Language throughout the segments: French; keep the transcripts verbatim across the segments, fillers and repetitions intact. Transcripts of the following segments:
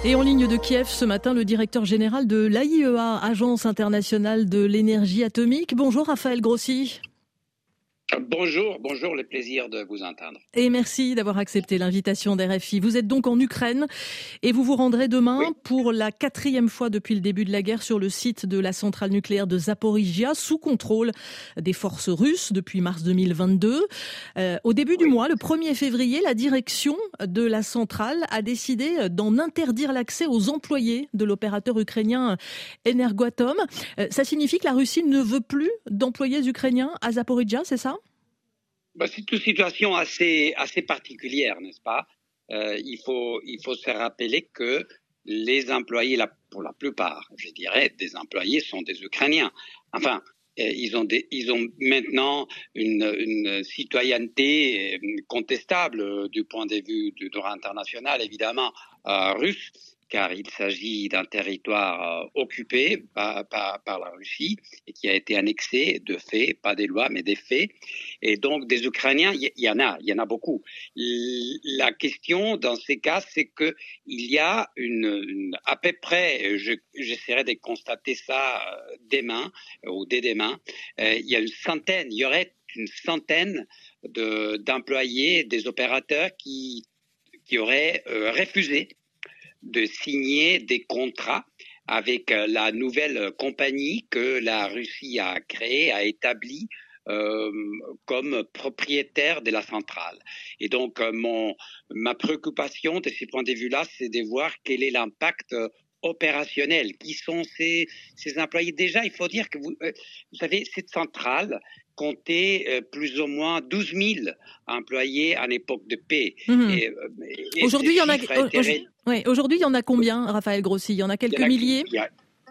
Et en ligne de Kiev ce matin, le directeur général de l'A I E A, Agence internationale de l'énergie atomique. Bonjour Raphaël Grossi. Bonjour, bonjour, le plaisir de vous entendre. Et merci d'avoir accepté l'invitation d'R F I. Vous êtes donc en Ukraine et vous vous rendrez demain oui. pour la quatrième fois depuis le début de la guerre sur le site de la centrale nucléaire de Zaporijia, sous contrôle des forces russes depuis mars deux mille vingt-deux. Euh, au début oui. du mois, le premier février, la direction de la centrale a décidé d'en interdire l'accès aux employés de l'opérateur ukrainien Energoatom. Euh, ça signifie que la Russie ne veut plus d'employés ukrainiens à Zaporijia, c'est ça ? Bah, c'est une situation assez, assez particulière, n'est-ce pas ? euh, il, faut, il faut se rappeler que les employés, la, pour la plupart, je dirais, des employés sont des Ukrainiens. Enfin, euh, ils, ont des, ils ont maintenant une, une citoyenneté contestable euh, du point de vue du droit international, évidemment, euh, russe, car il s'agit d'un territoire euh, occupé par, par, par la Russie et qui a été annexé de fait, pas des lois, mais des faits. Et donc, des Ukrainiens, il y, y en a, il y en a beaucoup. La question dans ces cas, c'est que il y a une, une à peu près, je, j'essaierai de constater ça demain ou dès demain, euh, il y a une centaine, il y aurait une centaine de, d'employés, des opérateurs qui, qui auraient euh, refusé de signer des contrats avec la nouvelle compagnie que la Russie a créée, a établie euh, comme propriétaire de la centrale. Et donc, mon, ma préoccupation de ce point de vue-là, c'est de voir quel est l'impact opérationnel. Qui sont ces, ces employés ? Déjà, il faut dire que, vous, euh, vous savez, cette centrale comptait euh, plus ou moins douze mille employés en époque de paix. Mmh. Et, et aujourd'hui, il y en a... Aujourd'hui, oui, aujourd'hui, il y en a combien, Raphaël Grossi ? Il y en a quelques il y en a, milliers ? Il y a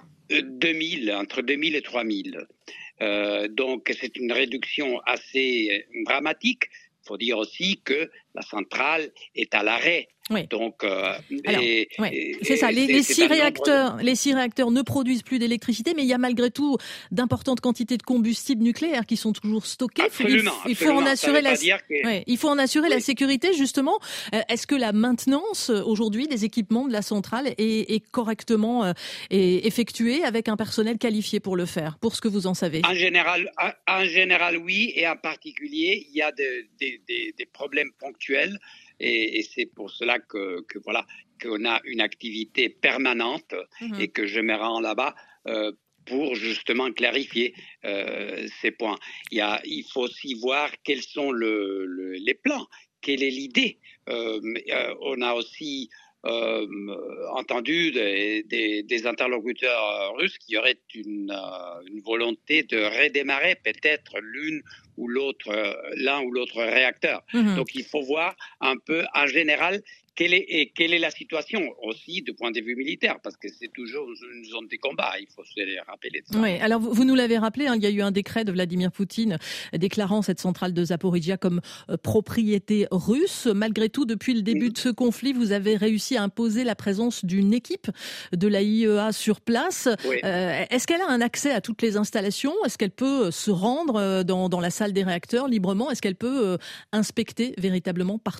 deux mille, entre deux mille et trois mille. Euh, donc, c'est une réduction assez dramatique. Il faut dire aussi que la centrale est à l'arrêt. Oui. Donc, euh, Alors, et, ouais, et, c'est ça. Les, c'est, les c'est six réacteurs, nombre... les six réacteurs ne produisent plus d'électricité, mais il y a malgré tout d'importantes quantités de combustible nucléaire qui sont toujours stockés. Absolument. Il, il faut absolument. en assurer la, que... ouais, il faut en assurer oui. la sécurité justement. Est-ce que la maintenance aujourd'hui des équipements de la centrale est, est correctement euh, est effectuée avec un personnel qualifié pour le faire, pour ce que vous en savez ? En général, en, en général, oui, et en particulier, il y a de, de, de, des problèmes ponctuels. Et, et c'est pour cela que, que voilà qu'on a une activité permanente mmh. et que je me rends là-bas euh, pour justement clarifier euh, ces points. Il, y a, il faut aussi voir quels sont le, le, les plans, quelle est l'idée. Euh, euh, on a aussi euh, entendu des, des, des interlocuteurs russes qui auraient une, euh, une volonté de redémarrer peut-être l'une ou l'autre, l'un ou l'autre réacteur. Mmh. Donc, il faut voir un peu, en général, quelle est, et quelle est la situation aussi du point de vue militaire, parce que c'est toujours une zone de combat, il faut se rappeler de ça. Oui, alors vous, vous nous l'avez rappelé, hein, il y a eu un décret de Vladimir Poutine déclarant cette centrale de Zaporijia comme euh, propriété russe. Malgré tout, depuis le début mmh. de ce conflit, vous avez réussi à imposer la présence d'une équipe de l'A I E A sur place. Oui. Euh, est-ce qu'elle a un accès à toutes les installations ? Est-ce qu'elle peut se rendre dans, dans la salle des réacteurs librement ? Est-ce qu'elle peut euh, inspecter véritablement partout ?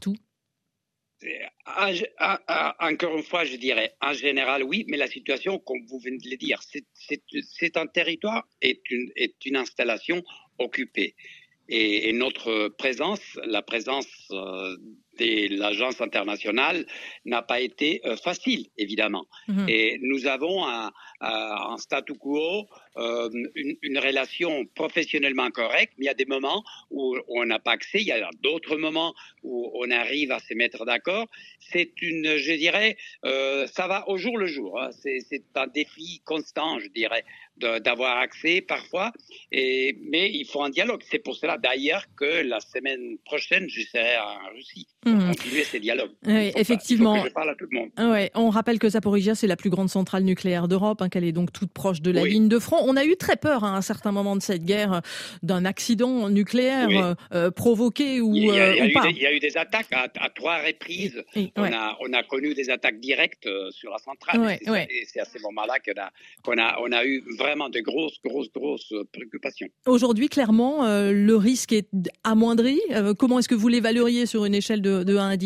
Encore une fois, je dirais, en général, oui, mais la situation, comme vous venez de le dire, c'est, c'est, c'est un territoire, est une, est une installation occupée. Et, et notre présence, la présence euh, de l'agence internationale n'a pas été euh, facile, évidemment. Mmh. Et nous avons un, un statu quo, euh, une, une relation professionnellement correcte, mais il y a des moments où on n'a pas accès, il y a d'autres moments où on arrive à se mettre d'accord. C'est une, je dirais, euh, ça va au jour le jour. Hein. C'est, c'est un défi constant, je dirais, de, d'avoir accès parfois, et, mais il faut un dialogue. C'est pour cela d'ailleurs que la semaine prochaine, je serai en Russie pour mmh. continuer ces dialogues. Oui, effectivement. Pas, il faut que je parle à tout le monde. Ouais, on rappelle que Zaporijia, c'est la plus grande centrale nucléaire d'Europe, hein, qu'elle est donc toute proche de la oui. ligne de front. On a eu très peur hein, à un certain moment de cette guerre d'un accident nucléaire oui. euh, provoqué ou, il y a, il y a euh, eu ou pas. Des, il y a eu des attaques à, à trois reprises. Et, et, on, ouais. a, on a connu des attaques directes sur la centrale. Ouais, c'est, ouais. c'est à ce moment-là qu'on a, qu'on a, on a eu vraiment de grosses, grosses, grosses préoccupations. Aujourd'hui, clairement, euh, le risque est amoindri. Euh, comment est-ce que vous l'évalueriez sur une échelle de, de un à dix ?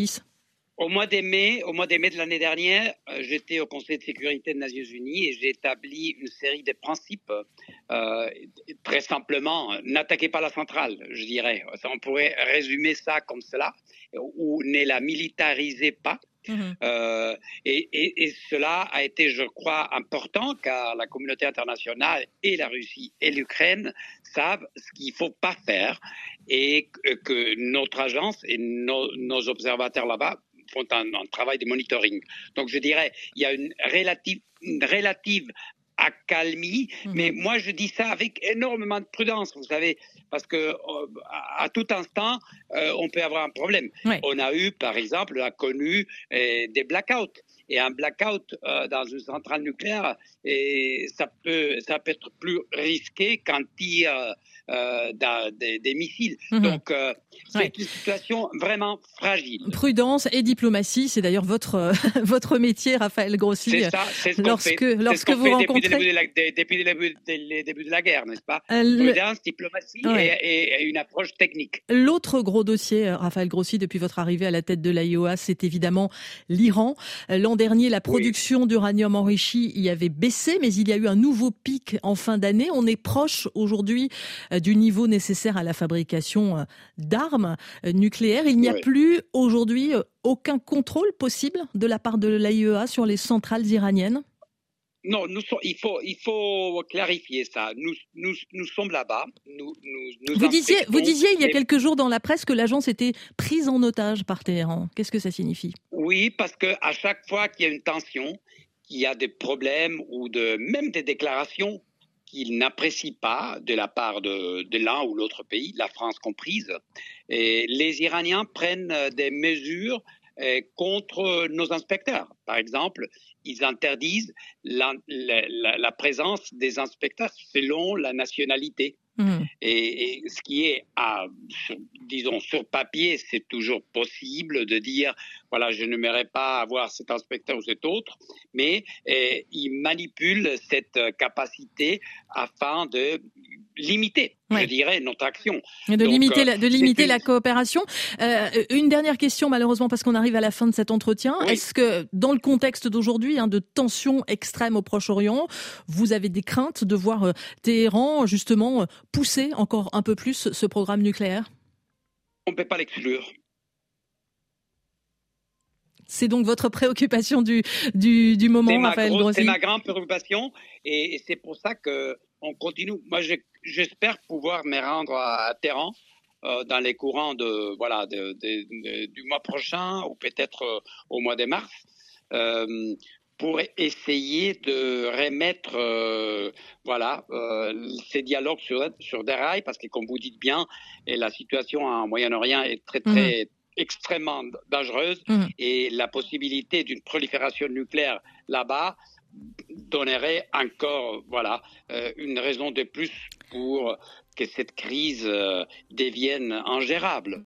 Au mois de mai, au mois de mai de l'année dernière, euh, j'étais au Conseil de sécurité des Nations Unies et j'ai établi une série de principes. Euh, très simplement, n'attaquez pas la centrale, je dirais. On pourrait résumer ça comme cela, ou ne la militarisez pas. Mmh. Euh, et, et, et cela a été, je crois, important car la communauté internationale et la Russie et l'Ukraine savent ce qu'il ne faut pas faire et que, que notre agence et nos, nos observateurs là-bas font un, un travail de monitoring. Donc je dirais, il y a une relative, une relative accalmie, mmh. mais moi je dis ça avec énormément de prudence, vous savez, parce que euh, à tout instant, euh, on peut avoir un problème. Oui. On a eu, par exemple, on a connu euh, des blackouts. Et un blackout euh, dans une centrale nucléaire, et ça peut, ça peut être plus risqué qu'un tir euh, des, des missiles. Mmh. Donc, euh, c'est ouais. une situation vraiment fragile. Prudence et diplomatie, c'est d'ailleurs votre votre métier, Raphaël Grossi. C'est ça, c'est ce lorsque qu'on fait. lorsque c'est ce vous fait rencontrez depuis le début de la, depuis le début de, les débuts de la guerre, n'est-ce pas? Euh, Prudence, diplomatie ouais. et, et une approche technique. L'autre gros dossier, Raphaël Grossi, depuis votre arrivée à la tête de l'A I O A, c'est évidemment l'Iran. L'an dernier, la production oui. d'uranium enrichi y avait baissé, mais il y a eu un nouveau pic en fin d'année. On est proche aujourd'hui du niveau nécessaire à la fabrication d'armes nucléaires. Il n'y a oui. plus aujourd'hui aucun contrôle possible de la part de l'A I O A sur les centrales iraniennes? Non, nous, il, faut, il faut clarifier ça. Nous, nous, nous sommes là-bas. Nous, nous, nous vous, disiez, vous disiez il y a quelques jours dans la presse que l'agence était prise en otage par Téhéran. Qu'est-ce que ça signifie? Oui, parce qu'à chaque fois qu'il y a une tension, qu'il y a des problèmes ou de, même des déclarations qu'ils n'apprécient pas de la part de, de l'un ou l'autre pays, la France comprise, et les Iraniens prennent des mesures contre nos inspecteurs. Par exemple, ils interdisent la, la, la présence des inspecteurs selon la nationalité. Mmh. Et, et ce qui est, à, sur, disons, sur papier, c'est toujours possible de dire, voilà, je n'aimerais pas avoir cet inspecteur ou cet autre, mais eh, ils manipulent cette capacité afin de limiter, ouais. je dirais, notre action. Et de Donc, limiter, la, de limiter une... la coopération. Euh, une dernière question, malheureusement, parce qu'on arrive à la fin de cet entretien. Oui. Est-ce que, dans le contexte d'aujourd'hui, hein, de tensions extrêmes au Proche-Orient, vous avez des craintes de voir euh, Téhéran, justement, euh, pousser encore un peu plus ce programme nucléaire? On ne peut pas l'exclure. C'est donc votre préoccupation du, du, du moment, Raphaël Grossi? C'est ma grande préoccupation et, et c'est pour ça qu'on continue. Moi, je, j'espère pouvoir me rendre à, à Téhéran euh, dans les courants de, voilà, de, de, de, du mois prochain ou peut-être euh, au mois de mars euh, pour essayer de remettre euh, voilà, euh, ces dialogues sur, sur des rails parce que, comme vous dites bien, et la situation en Moyen-Orient est très, très... Mmh. extrêmement dangereuse mmh. et la possibilité d'une prolifération nucléaire là-bas donnerait encore voilà, euh, une raison de plus pour que cette crise euh, devienne ingérable.